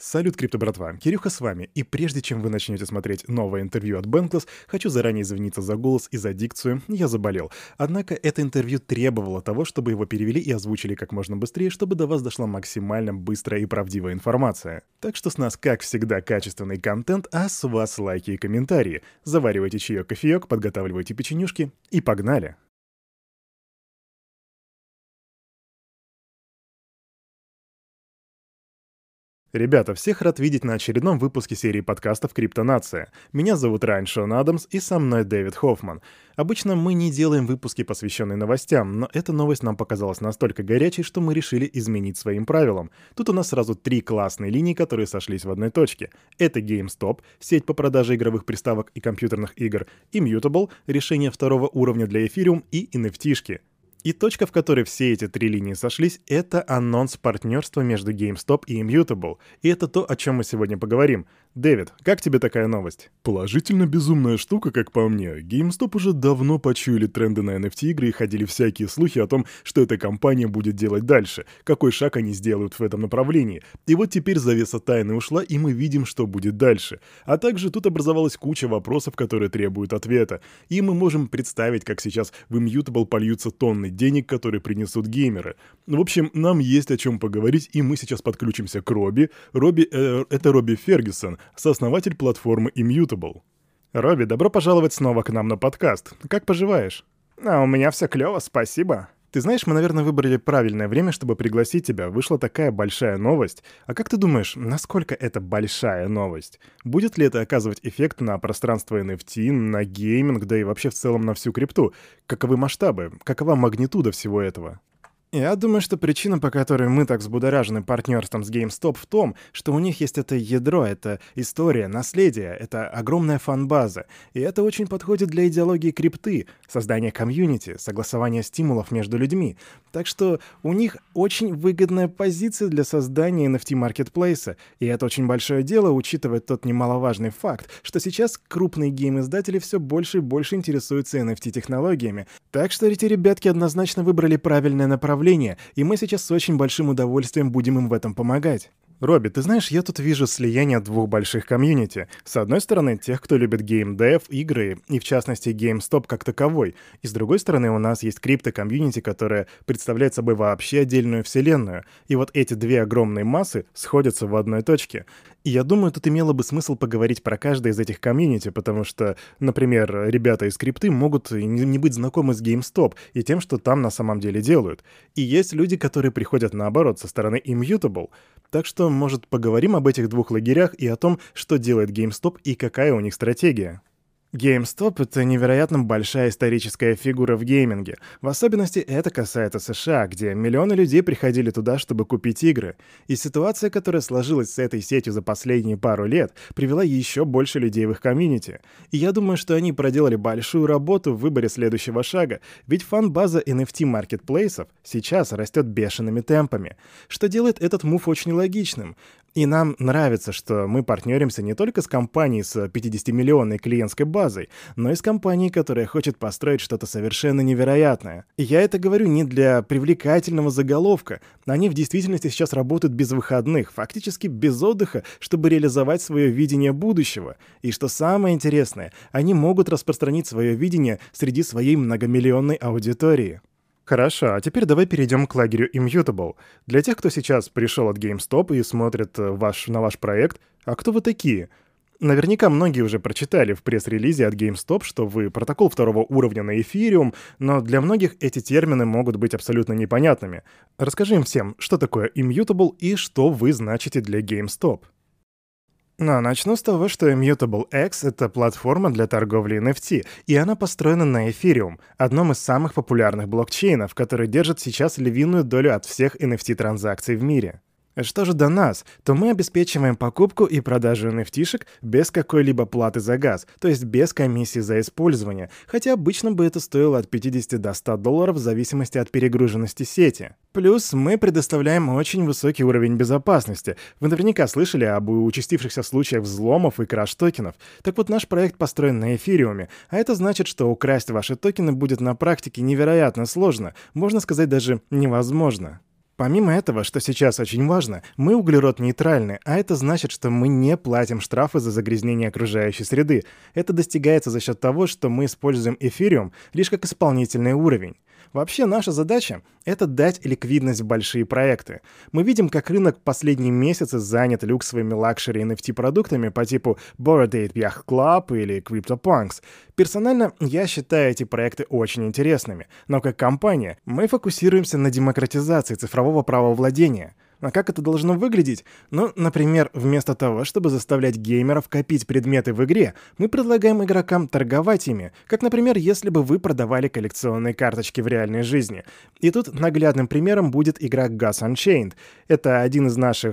Салют, крипто братва, Кирюха с вами, и прежде чем вы начнете смотреть новое интервью от Bankless, хочу заранее извиниться за голос и за дикцию, я заболел. Однако это интервью требовало того, чтобы его перевели и озвучили как можно быстрее, чтобы до вас дошла максимально быстрая и правдивая информация. Так что с нас, как всегда, качественный контент, а с вас лайки и комментарии. Заваривайте чаек-кофеек, подготавливайте печенюшки и погнали! Ребята, всех рад видеть на очередном выпуске серии подкастов «Криптонация». Меня зовут Райан Шон Адамс, и со мной Дэвид Хоффман. Обычно мы не делаем выпуски, посвященные новостям, но эта новость нам показалась настолько горячей, что мы решили изменить своим правилам. Тут у нас сразу три классные линии, которые сошлись в одной точке. Это GameStop, сеть по продаже игровых приставок и компьютерных игр, Immutable, решение второго уровня для Ethereum и NFT-шки. И точка, в которой все эти три линии сошлись, это анонс партнерства между GameStop и Immutable. И это то, о чем мы сегодня поговорим. Дэвид, как тебе такая новость? Положительно безумная штука, как по мне. GameStop уже давно почуяли тренды на NFT-игры и ходили всякие слухи о том, что эта компания будет делать дальше, какой шаг они сделают в этом направлении. И вот теперь завеса тайны ушла, и мы видим, что будет дальше. А также тут образовалась куча вопросов, которые требуют ответа. И мы можем представить, как сейчас в Immutable польются тонны денег, которые принесут геймеры. В общем, нам есть о чем поговорить, и мы сейчас подключимся к Робби. Это Робби Фергюсон, сооснователь платформы Immutable. Робби, добро пожаловать снова к нам на подкаст. Как поживаешь? У меня все клево, спасибо. Ты знаешь, мы, наверное, выбрали правильное время, чтобы пригласить тебя. Вышла такая большая новость. А как ты думаешь, насколько это большая новость? Будет ли это оказывать эффект на пространство NFT, на гейминг, да и вообще в целом на всю крипту? Каковы масштабы? Какова магнитуда всего этого? Я думаю, что причина, по которой мы так взбудоражены партнерством с GameStop, в том, что у них есть это ядро, это история, наследие, это огромная фан-база. И это очень подходит для идеологии крипты, создания комьюнити, согласования стимулов между людьми. Так что у них очень выгодная позиция для создания NFT-маркетплейса. И это очень большое дело, учитывая тот немаловажный факт, что сейчас крупные гейм-издатели все больше и больше интересуются NFT-технологиями. Так что эти ребятки однозначно выбрали правильное направление, и мы сейчас с очень большим удовольствием будем им в этом помогать. Робби, ты знаешь, я тут вижу слияние двух больших комьюнити. С одной стороны, тех, кто любит геймдев, игры, и в частности GameStop как таковой. И с другой стороны, у нас есть крипто-комьюнити, которая представляет собой вообще отдельную вселенную. И вот эти две огромные массы сходятся в одной точке. И я думаю, тут имело бы смысл поговорить про каждое из этих комьюнити, потому что, например, ребята из крипты могут не быть знакомы с GameStop и тем, что там на самом деле делают. И есть люди, которые приходят наоборот, со стороны Immutable. Так что, может, поговорим об этих двух лагерях и о том, что делает GameStop и какая у них стратегия. GameStop — это невероятно большая историческая фигура в гейминге. В особенности это касается США, где миллионы людей приходили туда, чтобы купить игры. И ситуация, которая сложилась с этой сетью за последние пару лет, привела еще больше людей в их комьюнити. И я думаю, что они проделали большую работу в выборе следующего шага, ведь фан-база NFT-маркетплейсов сейчас растет бешеными темпами, что делает этот мув очень логичным. И нам нравится, что мы партнеримся не только с компанией с 50-миллионной клиентской базой, но и с компанией, которая хочет построить что-то совершенно невероятное. И я это говорю не для привлекательного заголовка. Они в действительности сейчас работают без выходных, фактически без отдыха, чтобы реализовать свое видение будущего. И что самое интересное, они могут распространить свое видение среди своей многомиллионной аудитории. Хорошо, а теперь давай перейдем к лагерю Immutable. Для тех, кто сейчас пришел от GameStop и смотрит на ваш проект, а кто вы такие? Наверняка многие уже прочитали в пресс-релизе от GameStop, что вы протокол второго уровня на Ethereum, но для многих эти термины могут быть абсолютно непонятными. Расскажи им всем, что такое Immutable и что вы значите для GameStop. Начну с того, что Immutable X — это платформа для торговли NFT, и она построена на Ethereum, одном из самых популярных блокчейнов, который держит сейчас львиную долю от всех NFT-транзакций в мире. Что же до нас, то мы обеспечиваем покупку и продажу NFT-шек без какой-либо платы за газ, то есть без комиссии за использование, хотя обычно бы это стоило от 50 до $100 в зависимости от перегруженности сети. Плюс мы предоставляем очень высокий уровень безопасности. Вы наверняка слышали об участившихся случаях взломов и краш-токенов. Так вот, наш проект построен на эфириуме, а это значит, что украсть ваши токены будет на практике невероятно сложно, можно сказать, даже невозможно. Помимо этого, что сейчас очень важно, мы углерод-нейтральны, а это значит, что мы не платим штрафы за загрязнение окружающей среды. Это достигается за счет того, что мы используем эфириум лишь как исполнительный уровень. Вообще, наша задача — это дать ликвидность в большие проекты. Мы видим, как рынок последние месяцы занят люксовыми лакшери NFT-продуктами по типу Bored Ape Yacht Club или CryptoPunks. Персонально, я считаю эти проекты очень интересными, но как компания мы фокусируемся на демократизации цифрового правовладения. А как это должно выглядеть? Ну, например, вместо того, чтобы заставлять геймеров копить предметы в игре, мы предлагаем игрокам торговать ими, как, например, если бы вы продавали коллекционные карточки в реальной жизни. И тут наглядным примером будет игра Gods Unchained. Это одна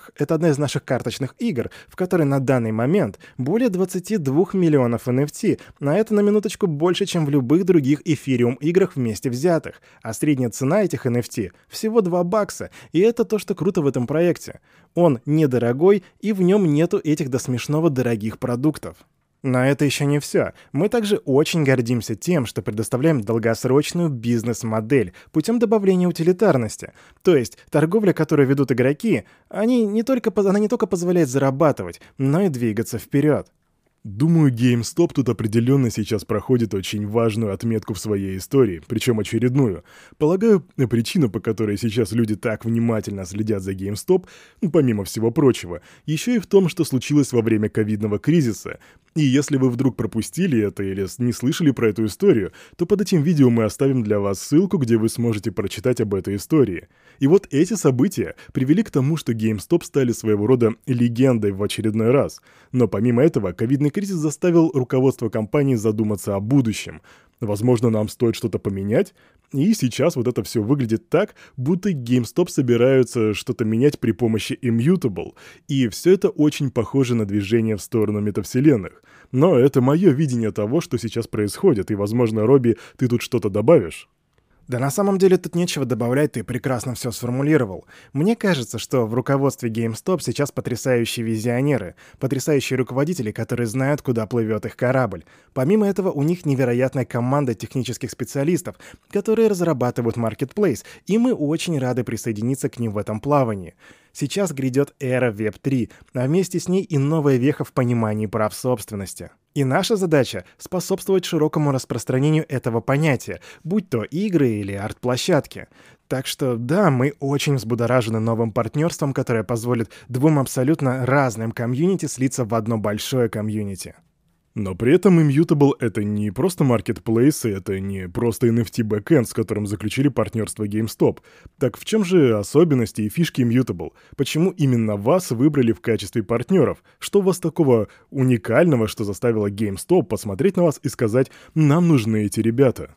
из наших карточных игр, в которой на данный момент более 22 миллионов NFT, а это на минуточку больше, чем в любых других эфириум играх вместе взятых. А средняя цена этих NFT всего $2, и это то, что круто в этом проекте. Он недорогой, и в нем нету этих до смешного дорогих продуктов. Но это еще не все. Мы также очень гордимся тем, что предоставляем долгосрочную бизнес-модель путем добавления утилитарности. То есть торговля, которую ведут игроки, она не только позволяет зарабатывать, но и двигаться вперед. Думаю, GameStop тут определенно сейчас проходит очень важную отметку в своей истории, причем очередную. Полагаю, причина, по которой сейчас люди так внимательно следят за GameStop, помимо всего прочего, еще и в том, что случилось во время ковидного кризиса. И если вы вдруг пропустили это или не слышали про эту историю, то под этим видео мы оставим для вас ссылку, где вы сможете прочитать об этой истории. И вот эти события привели к тому, что GameStop стали своего рода легендой в очередной раз. Но помимо этого, ковидный кризис заставил руководство компании задуматься о будущем. Возможно, нам стоит что-то поменять? И сейчас вот это все выглядит так, будто GameStop собираются что-то менять при помощи Immutable. И все это очень похоже на движение в сторону метавселенных. Но это мое видение того, что сейчас происходит, и, возможно, Робби, ты тут что-то добавишь? Да на самом деле тут нечего добавлять, ты прекрасно все сформулировал. Мне кажется, что в руководстве GameStop сейчас потрясающие визионеры, потрясающие руководители, которые знают, куда плывет их корабль. Помимо этого, у них невероятная команда технических специалистов, которые разрабатывают Marketplace, и мы очень рады присоединиться к ним в этом плавании. Сейчас грядет эра Web 3, а вместе с ней и новая веха в понимании прав собственности. И наша задача — способствовать широкому распространению этого понятия, будь то игры или арт-площадки. Так что да, мы очень взбудоражены новым партнерством, которое позволит двум абсолютно разным комьюнити слиться в одно большое комьюнити. Но при этом Immutable — это не просто маркетплейсы, это не просто NFT-бэкэнд, с которым заключили партнерство GameStop. Так в чем же особенности и фишки Immutable? Почему именно вас выбрали в качестве партнеров? Что у вас такого уникального, что заставило GameStop посмотреть на вас и сказать «нам нужны эти ребята»?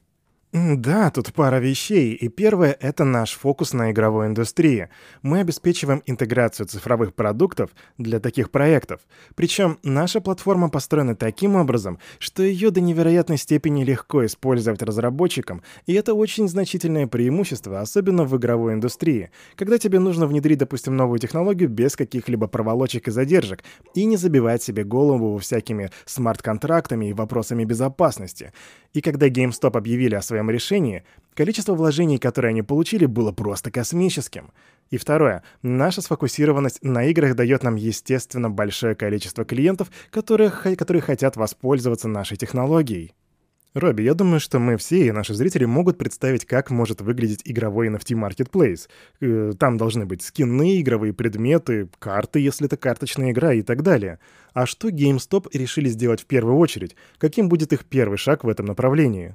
Да, тут пара вещей. И первое — это наш фокус на игровой индустрии. Мы обеспечиваем интеграцию цифровых продуктов для таких проектов. Причем наша платформа построена таким образом, что ее до невероятной степени легко использовать разработчикам, и это очень значительное преимущество, особенно в игровой индустрии, когда тебе нужно внедрить, допустим, новую технологию без каких-либо проволочек и задержек, и не забивать себе голову всякими смарт-контрактами и вопросами безопасности. И когда GameStop объявили о своем решении, количество вложений, которые они получили, было просто космическим. И второе. Наша сфокусированность на играх дает нам, естественно, большое количество клиентов, которые хотят воспользоваться нашей технологией. Робби, я думаю, что мы все и наши зрители могут представить, как может выглядеть игровой NFT-маркетплейс. Там должны быть скины, игровые предметы, карты, если это карточная игра и так далее. А что GameStop решили сделать в первую очередь? Каким будет их первый шаг в этом направлении?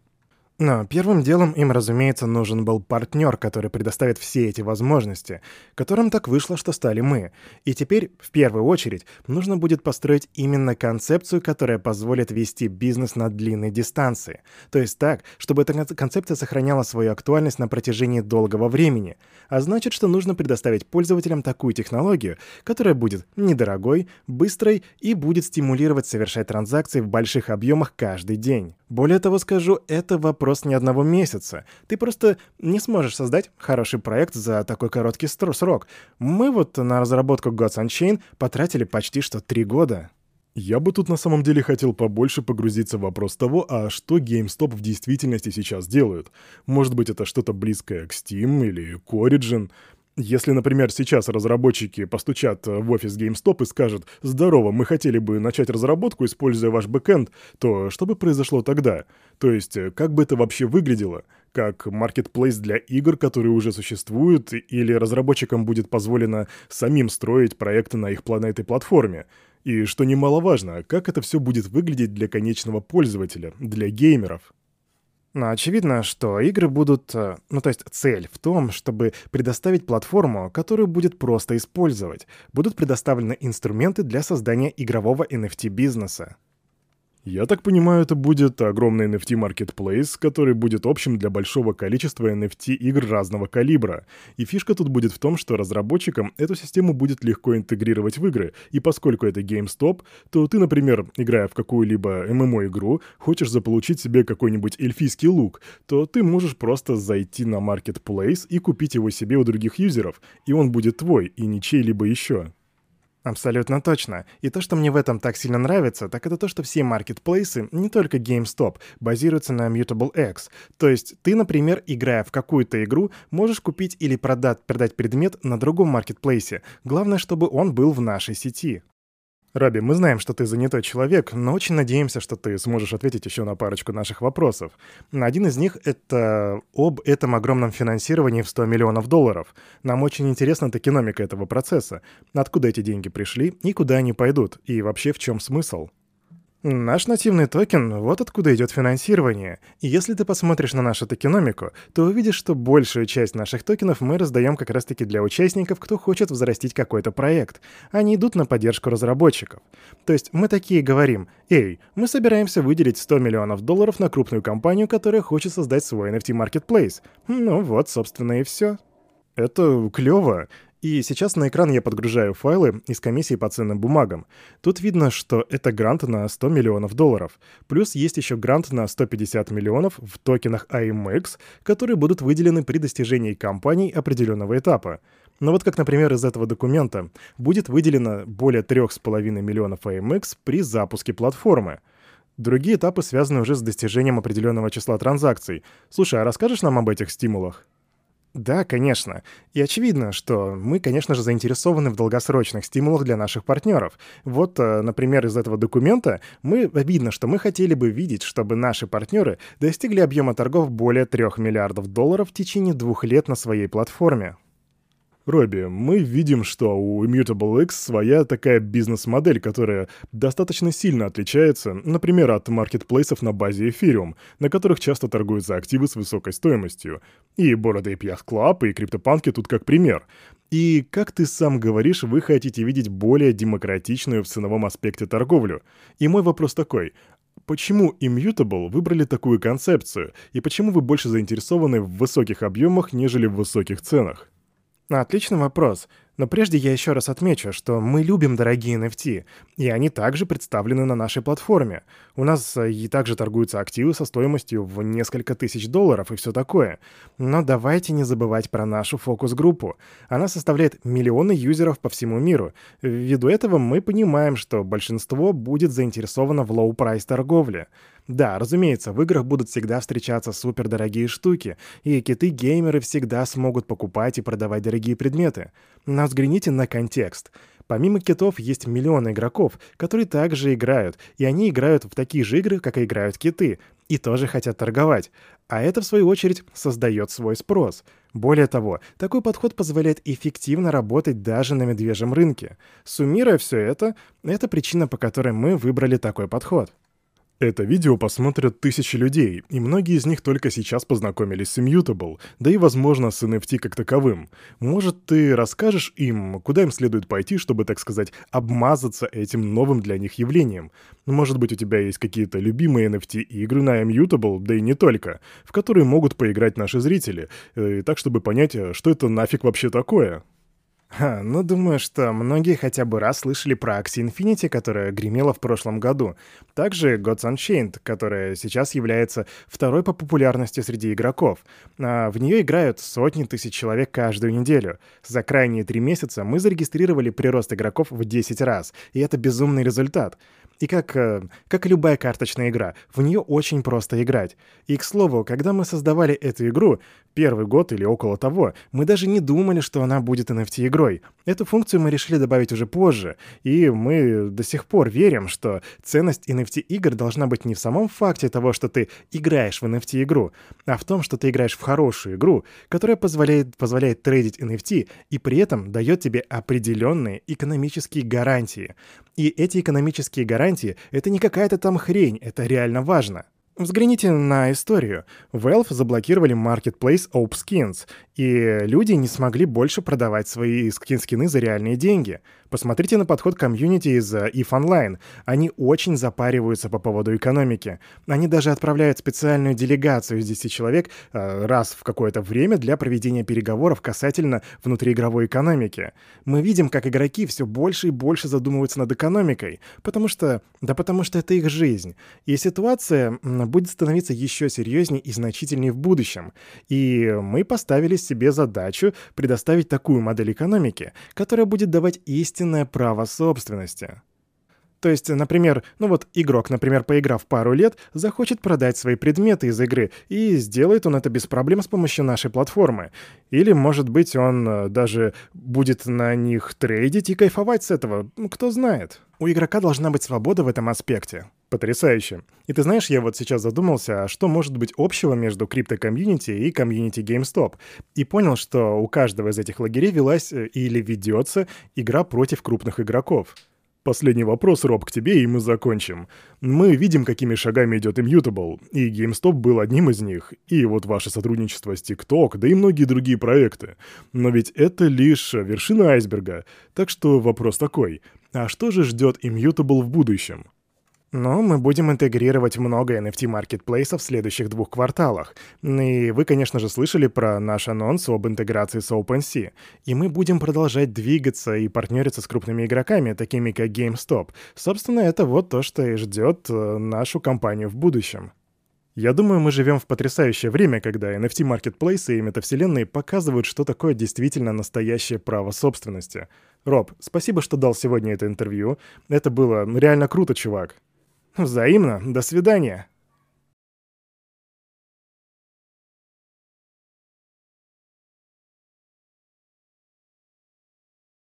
Но первым делом им, разумеется, нужен был партнер, который предоставит все эти возможности, которым так вышло, что стали мы. И теперь, в первую очередь, нужно будет построить именно концепцию, которая позволит вести бизнес на длинной дистанции. То есть так, чтобы эта концепция сохраняла свою актуальность на протяжении долгого времени. А значит, что нужно предоставить пользователям такую технологию, которая будет недорогой, быстрой и будет стимулировать совершать транзакции в больших объемах каждый день. Более того скажу, это вопрос не одного месяца. Ты просто не сможешь создать хороший проект за такой короткий срок. Мы вот на разработку Gods Unchained потратили почти что 3 года. Я бы тут на самом деле хотел побольше погрузиться в вопрос того, а что GameStop в действительности сейчас делают. Может быть, это что-то близкое к Steam или к Origin. Если, например, сейчас разработчики постучат в офис GameStop и скажут: «Здорово, мы хотели бы начать разработку, используя ваш бэкэнд», то что бы произошло тогда? То есть, как бы это вообще выглядело? Как маркетплейс для игр, которые уже существуют, или разработчикам будет позволено самим строить проекты на на этой платформе? И что немаловажно, как это все будет выглядеть для конечного пользователя, для геймеров? Но очевидно, что игры будут... то есть цель в том, чтобы предоставить платформу, которую будет просто использовать. Будут предоставлены инструменты для создания игрового NFT-бизнеса. Я так понимаю, это будет огромный NFT-маркетплейс, который будет общим для большого количества NFT-игр разного калибра. И фишка тут будет в том, что разработчикам эту систему будет легко интегрировать в игры, и поскольку это GameStop, то ты, например, играя в какую-либо ММО-игру, хочешь заполучить себе какой-нибудь эльфийский лук, то ты можешь просто зайти на маркетплейс и купить его себе у других юзеров, и он будет твой, и не чей-либо еще. Абсолютно точно. И то, что мне в этом так сильно нравится, так это то, что все маркетплейсы, не только GameStop, базируются на Mutable X. То есть ты, например, играя в какую-то игру, можешь купить или продать предмет на другом маркетплейсе. Главное, чтобы он был в нашей сети. Раби, мы знаем, что ты занятой человек, но очень надеемся, что ты сможешь ответить еще на парочку наших вопросов. Один из них — это об этом огромном финансировании в $100 миллионов. Нам очень интересна токеномика этого процесса. Откуда эти деньги пришли и куда они пойдут, и вообще в чем смысл? Наш нативный токен — вот откуда идет финансирование. И если ты посмотришь на нашу токеномику, то увидишь, что большую часть наших токенов мы раздаем как раз-таки для участников, кто хочет взрастить какой-то проект. Они идут на поддержку разработчиков. То есть мы такие говорим: «Эй, мы собираемся выделить $100 миллионов на крупную компанию, которая хочет создать свой NFT-маркетплейс». Ну вот, собственно, и все. Это клево. И сейчас на экран я подгружаю файлы из комиссии по ценным бумагам. Тут видно, что это грант на $100 миллионов. Плюс есть еще грант на 150 миллионов в токенах AMX, которые будут выделены при достижении компаний определенного этапа. Но вот как, например, из этого документа будет выделено более 3,5 миллионов AMX при запуске платформы. Другие этапы связаны уже с достижением определенного числа транзакций. Слушай, а расскажешь нам об этих стимулах? Да, конечно. И очевидно, что мы, конечно же, заинтересованы в долгосрочных стимулах для наших партнеров. Вот, например, из этого документа видно, что мы хотели бы видеть, чтобы наши партнеры достигли объема торгов более $3 миллиардов в течение 2 лет на своей платформе. Робби, мы видим, что у Immutable X своя такая бизнес-модель, которая достаточно сильно отличается, например, от маркетплейсов на базе Ethereum, на которых часто торгуются активы с высокой стоимостью. И Bored Ape Yacht Club, и CryptoPunky тут как пример. И, как ты сам говоришь, вы хотите видеть более демократичную в ценовом аспекте торговлю. И мой вопрос такой: почему Immutable выбрали такую концепцию, и почему вы больше заинтересованы в высоких объемах, нежели в высоких ценах? Отличный вопрос. Но прежде я еще раз отмечу, что мы любим дорогие NFT, и они также представлены на нашей платформе. У нас и также торгуются активы со стоимостью в несколько тысяч долларов и все такое. Но давайте не забывать про нашу фокус-группу. Она составляет миллионы юзеров по всему миру. Ввиду этого мы понимаем, что большинство будет заинтересовано в лоу-прайс торговле. Да, разумеется, в играх будут всегда встречаться супердорогие штуки, и киты-геймеры всегда смогут покупать и продавать дорогие предметы. Но взгляните на контекст. Помимо китов есть миллионы игроков, которые также играют, и они играют в такие же игры, как и играют киты, и тоже хотят торговать. А это, в свою очередь, создает свой спрос. Более того, такой подход позволяет эффективно работать даже на медвежьем рынке. Суммируя все это причина, по которой мы выбрали такой подход. Это видео посмотрят тысячи людей, и многие из них только сейчас познакомились с Immutable, да и, возможно, с NFT как таковым. Может, ты расскажешь им, куда им следует пойти, чтобы, так сказать, обмазаться этим новым для них явлением? Может быть, у тебя есть какие-то любимые NFT-игры на Immutable, да и не только, в которые могут поиграть наши зрители, так, чтобы понять, что это нафиг вообще такое? Думаю, что многие хотя бы раз слышали про Axie Infinity, которая гремела в прошлом году. Также Gods Unchained, которая сейчас является второй по популярности среди игроков. В нее играют сотни тысяч человек каждую неделю. За крайние 3 месяца мы зарегистрировали прирост игроков в 10 раз, и это безумный результат. И как и любая карточная игра, в нее очень просто играть. И, к слову, когда мы создавали эту игру, первый год или около того, мы даже не думали, что она будет NFT-игрой. Эту функцию мы решили добавить уже позже, и мы до сих пор верим, что ценность NFT-игр должна быть не в самом факте того, что ты играешь в NFT-игру, а в том, что ты играешь в хорошую игру, которая позволяет трейдить NFT и при этом дает тебе определенные экономические гарантии. И эти экономические гарантии — это не какая-то там хрень, это реально важно. Взгляните на историю. Valve заблокировали Marketplace OpSkins, и люди не смогли больше продавать свои скины за реальные деньги. Посмотрите на подход комьюнити из EVE Online. Они очень запариваются по поводу экономики. Они даже отправляют специальную делегацию из 10 человек раз в какое-то время для проведения переговоров касательно внутриигровой экономики. Мы видим, как игроки все больше и больше задумываются над экономикой, потому что это их жизнь. И ситуация будет становиться еще серьезнее и значительнее в будущем. И мы поставили себе задачу предоставить такую модель экономики, которая будет давать истинное право собственности. То есть, например, игрок, поиграв пару лет, захочет продать свои предметы из игры, и сделает он это без проблем с помощью нашей платформы. Или, может быть, он даже будет на них трейдить и кайфовать с этого, кто знает. У игрока должна быть свобода в этом аспекте. Потрясающе. И ты знаешь, я вот сейчас задумался, а что может быть общего между крипто-комьюнити и комьюнити GameStop? И понял, что у каждого из этих лагерей велась или ведется игра против крупных игроков. Последний вопрос, Роб, к тебе, и мы закончим. Мы видим, какими шагами идет Immutable, и GameStop был одним из них, и вот ваше сотрудничество с TikTok, да и многие другие проекты. Но ведь это лишь вершина айсберга. Так что вопрос такой, а что же ждет Immutable в будущем? Но мы будем интегрировать много NFT-маркетплейсов в следующих 2 кварталах. И вы, конечно же, слышали про наш анонс об интеграции с OpenSea. И мы будем продолжать двигаться и партнериться с крупными игроками, такими как GameStop. Собственно, это вот то, что и ждет нашу компанию в будущем. Я думаю, мы живем в потрясающее время, когда NFT-маркетплейсы и метавселенные показывают, что такое действительно настоящее право собственности. Роб, спасибо, что дал сегодня это интервью. Это было реально круто, чувак. Взаимно. До свидания.